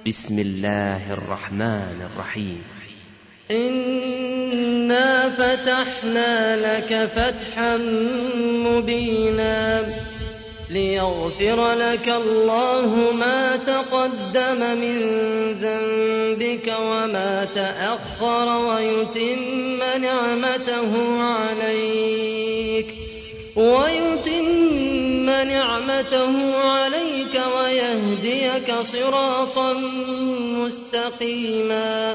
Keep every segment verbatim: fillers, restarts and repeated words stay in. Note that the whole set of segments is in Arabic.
بسم الله الرحمن الرحيم. إنا فتحنا لك فتحا مبينا ليغفر لك الله ما تقدم من ذنبك وما تأخر ويتم نعمته عليك ويتم نعمته عليك ويهديك صراطا مستقيما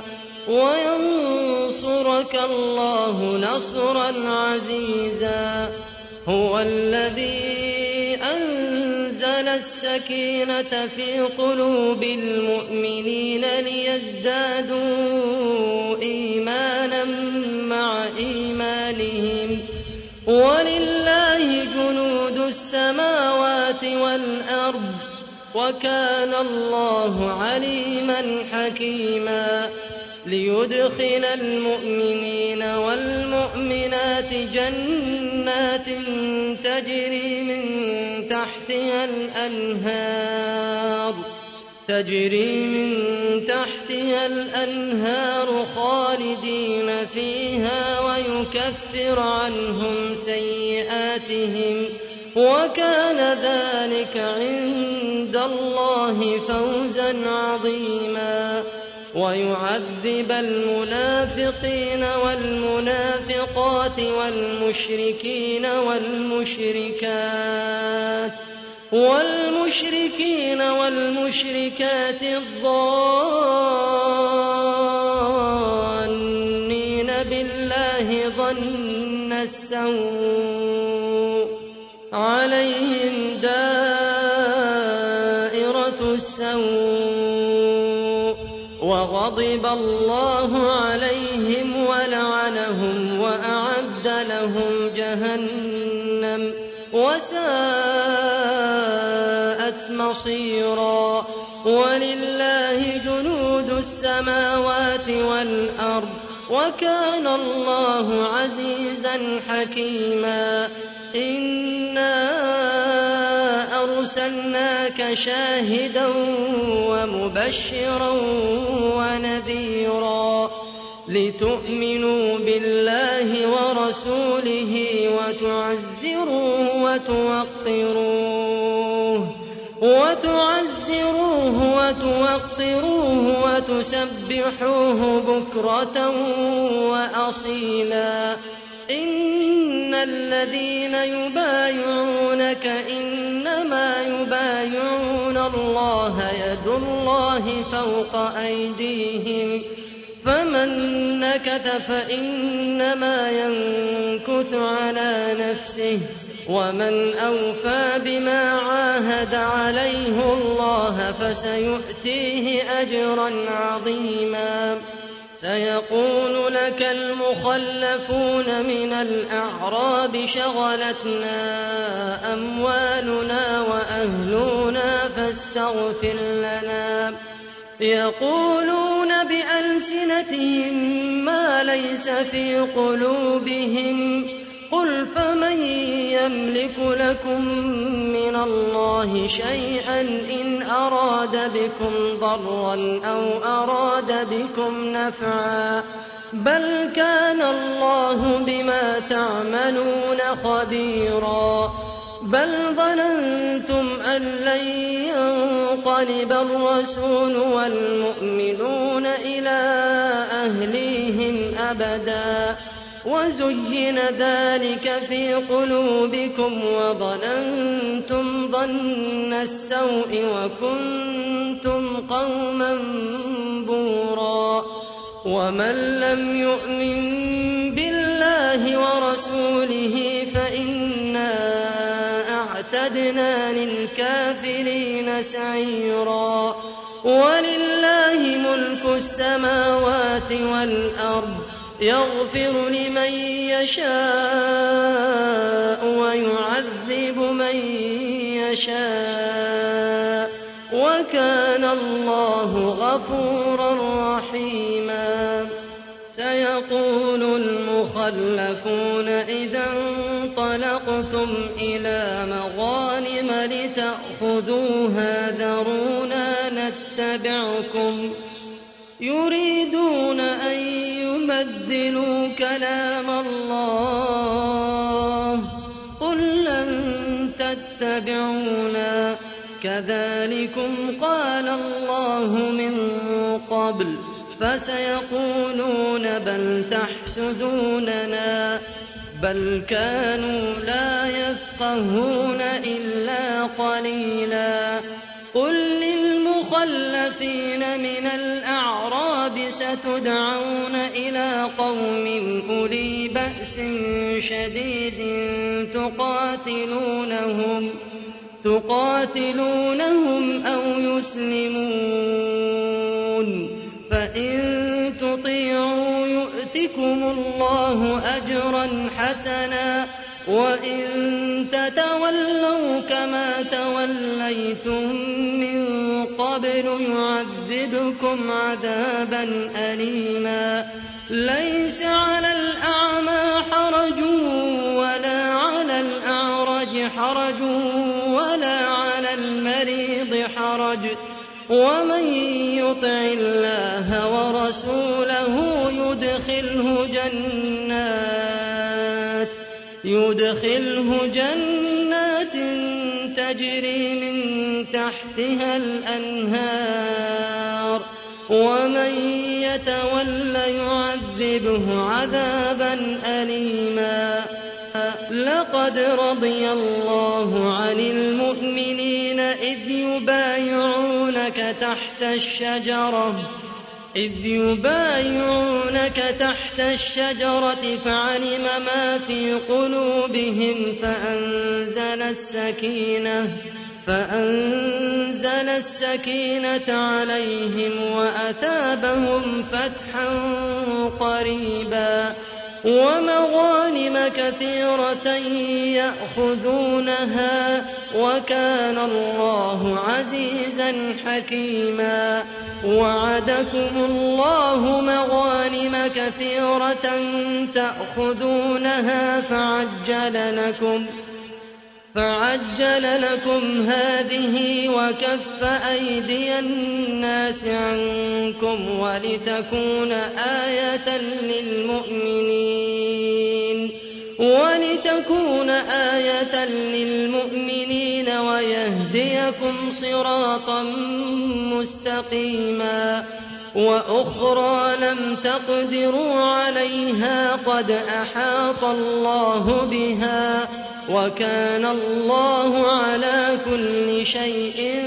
وينصرك الله نصرا عزيزا. هو الذي أنزل السكينة في قلوب المؤمنين ليزدادوا إيمانا مع إيمانهم ولله جنود السماوات والأرض وكان الله عليما حكيما. ليدخل المؤمنين والمؤمنات جنات تجري من تحتها الأنهار تجري من تحتها الأنهار خالدين فيها ويكفر عنهم سيئاتهم وكان ذلك عند الله فوزا عظيما. ويعذب المنافقين والمنافقات والمشركين والمشركات والمشركين والمشركات الظانين بالله ظن السوء عليهم دائرة السوء وغضب الله عليهم ولعنهم وأعد لهم جهنم وساءت مصيرا. ولله جنود السماوات والأرض وكان الله عزيزا حكيما. إنا أرسلناك شاهدا ومبشرا ونذيرا لتؤمنوا بالله ورسوله وتعزروه وتوقروه وتعزروه وتوقروه وتسبحوه بكرة وأصيلا. إن الذين يبايعونك إنما يبايعون الله يد الله فوق أيديهم فمن نكث فإنما ينكث على نفسه ومن أوفى بما عاهد عليه الله فسيؤتيه أجرا عظيما. سيقول لك المخلفون من الأعراب شغلتنا أموالنا وأهلنا فاستغفر لنا. يقولون بألسنتهم ما ليس في قلوبهم قل فمن يملك لكم من الله شيئا إن أراد بكم ضرا أو أراد بكم نفعا بل كان الله بما تعملون خبيرا. بل ظننتم أن لن ينقلب الرسول والمؤمنون إلى أهليهم أبدا وزين ذلك في قلوبكم وظننتم ظن السوء وكنتم قوما بورا. ومن لم يؤمن بالله ورسوله فإنا أعتدنا للكافرين سعيرا. ولله ملك السماوات والأرض يغفر لمن يشاء ويعذب من يشاء وكان الله غفورا رحيما. سيقول المخلفون إذا انطلقتم إلى مغانم لتأخذوها ذرونا نتبعكم نتبعكم يريدون أن يبدلوا كلام الله قل لن تتبعونا كذلكم قال الله من قبل فسيقولون بل تحسدوننا بل كانوا لا يفقهون إلا قليلا قل للمخلفين من الأعراب ستدعون إلى قوم أولي بأس شديد تقاتلونهم تقاتلونهم أو يسلمون فإن تطيعوا يؤتكم الله أجرا حسنا وإن تتولوا كما توليتم من قبل يعذبكم عذابا أليما ليس على الأعمى حرج ولا على الأعرج حرج ولا على المريض حرج ومن يطع الله ورسوله يدخله جنات يدخله جنات تجري من تحتها الأنهار ومن يتول يعذبه عذابا أليما لقد رضي الله عن المؤمنين إذ يبايعونك تحت الشجرة إذ يبايعونك تحت الشجرة فعلم ما في قلوبهم فأنزل السكينة فأنزل السكينة عليهم وأثابهم فتحا قريبا ومغانم كثيرة يأخذونها وكان الله عزيزا حكيما وعدكم الله مغانم كثيرة تأخذونها فعجل لكم فعجل لكم هذه وكف أيدي الناس عنكم ولتكون آية للمؤمنين ولتكون آية للمؤمنين ويهديكم صراطا مستقيما وأخرى لم تقدروا عليها قد أحاط الله بها وكان الله على كل شيء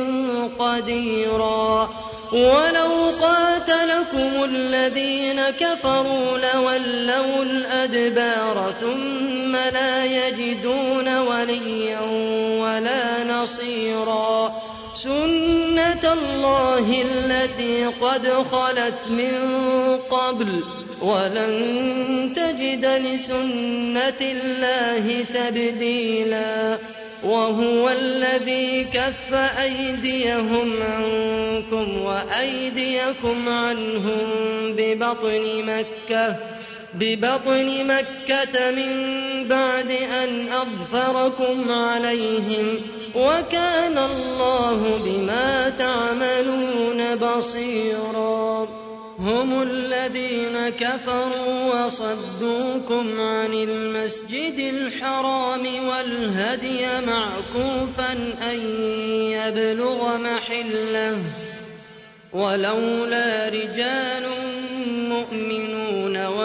قديرا ولو قاتلكم الذين كفروا لولوا الأدبار ثم لا يجدون وليا ولا نصيرا سنة الله التي قد خلت من قبل ولن تجد لسنة الله تبديلا وهو الذي كف أيديهم عنكم وأيديكم عنهم ببطن مكة ببطن مكة من بعد أن أظفركم عليهم وكان الله بما تعملون بصيرا هم الذين كفروا وصدوكم عن المسجد الحرام والهدي معكوفا أن يبلغ محله ولولا رجال مؤمنون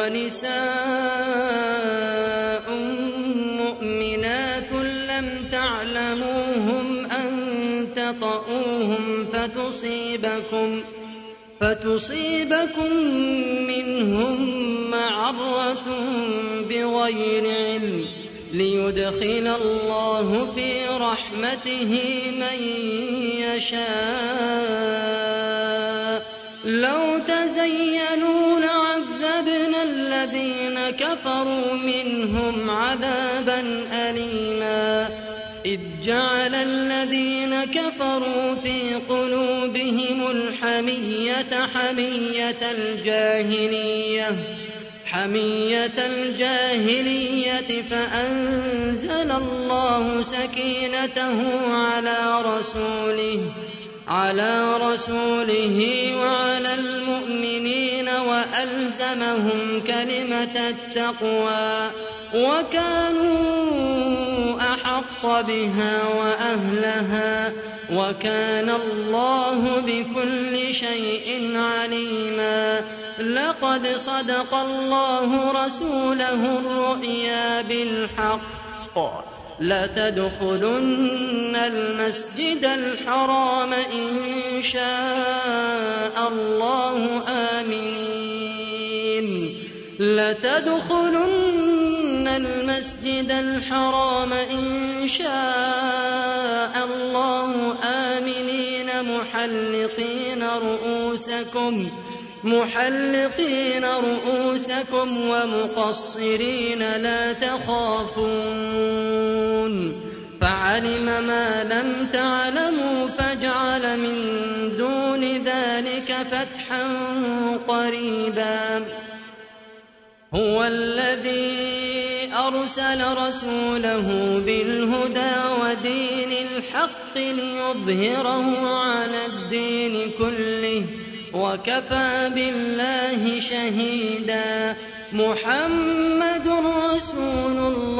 ونساء مؤمنات لم تعلموهم أن تطؤوهم فتصيبكم فتصيبكم منهم معرة بغير علم ليدخل الله في رحمته من يشاء لو تزينوا لعذبنا الذين كفروا منهم عذابا أليما إذ جعل الذين كفروا في قلوبهم الحمية حمية الجاهلية حمية الجاهلية فأنزل الله سكينته على رسوله على رسوله وعلى المؤمنين وألزمهم كلمة التقوى وكانوا أحق بها وأهلها وكان الله بكل شيء عليما. لقد صدق الله رسوله الرؤيا بالحق لتدخلن المسجد الحرام إن شاء الله آمنين لتدخلن المسجد الحرام إن شاء الله آمنين محلقين رؤوسكم محلقين رؤوسكم ومقصرين لا تخافون فعلم ما لم تعلموا فجعل من دون ذلك فتحا قريبا. هو الذي أرسل رسوله بالهدى ودين الحق ليظهره على الدين كله وكفى بالله شهيدا. محمد رسول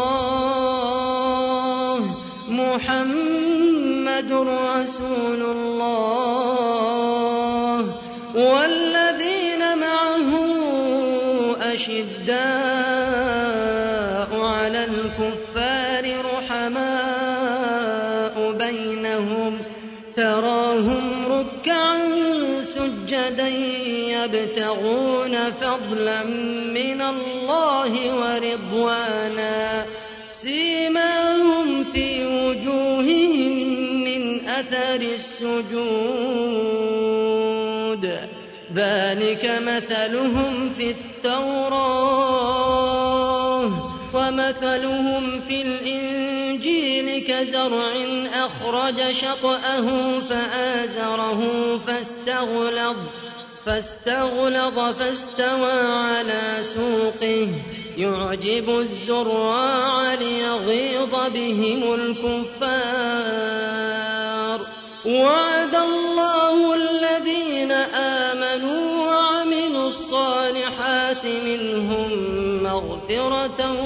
الله محمد رسول الله والذين معه أشداء على الكفار رحماء بينهم تراهم ركعا سجدا يبتغون فضلا من الله ورضوانا سيماهم في وجوههم من أثر السجود ذلك مثلهم في التوراة ومثلهم في الإنجيل كزرع أخرج شطأه فآزره فاستغلظ فاستغلظ فاستوى على سوقه يعجب الزراع ليغيظ بهم الكفار. وعد الله الذين آمنوا وعملوا الصالحات منهم مغفرة